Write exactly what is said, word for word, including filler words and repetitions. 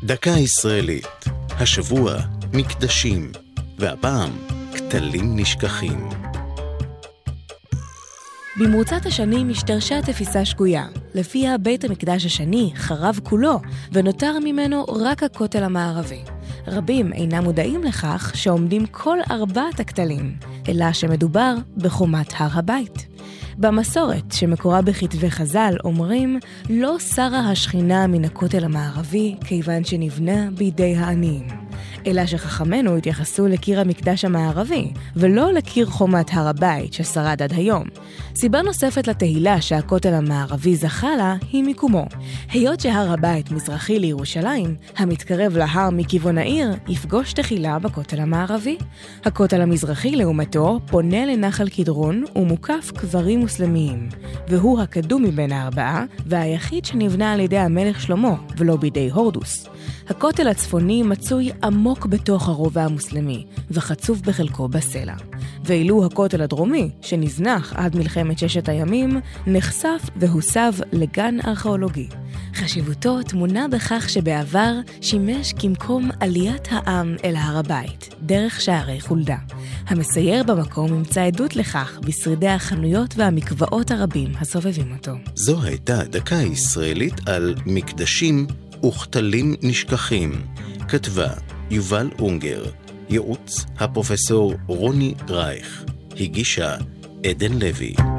דקה ישראלית, השבוע מקדשים, והפעם כתלים נשכחים. במרוצת השנים השתרשה תפיסה שגויה, לפיה בית המקדש השני חרב כולו, ונותר ממנו רק הכותל המערבי. רבים אינם מודעים לכך שעומדים כל ארבעת הכתלים, אלא שמדובר בחומת הר הבית. במסורת שמקורה בכתבי חז"ל אומרים, לא שרה השכינה מן הכותל המערבי כיוון שנבנה בידי העניים. אלא שחכמנו התייחסו לקיר המקדש המערבי, ולא לקיר חומת הר הבית ששרד עד היום. סיבה נוספת לתהילה שהכותל המערבי זכה לה היא מיקומו. היות שהר הבית מזרחי לירושלים, המתקרב להר מכיוון העיר יפגוש תחילה בכותל המערבי. הכותל המזרחי לעומתו פונה לנחל קדרון ומוקף קברים מוסלמיים, והוא הקדום מבין הארבעה והיחיד שנבנה על ידי המלך שלמה ולא בידי הורדוס. הכותל הצפוני מצוי עמוק בתוך הרובע המוסלמי וחצוף בחלקו בסלע. ואילו הכותל הדרומי, שנזנח עד מלחמת ששת הימים, נחשף והוסב לגן ארכיאולוגי. חשיבותו תמונה בכך שבעבר שימש כמקום עליית העם אל הר הבית, דרך שערי חולדה. המסייר במקום ימצא עדות לכך בשרידי החנויות והמקוואות הרבים הסובבים אותו. זו הייתה דקה ישראלית על מקדשים וכתלים נשכחים. כתבה יובל אונגר, ייעוץ הפרופסור רוני רייך, הגישה עדן לוי.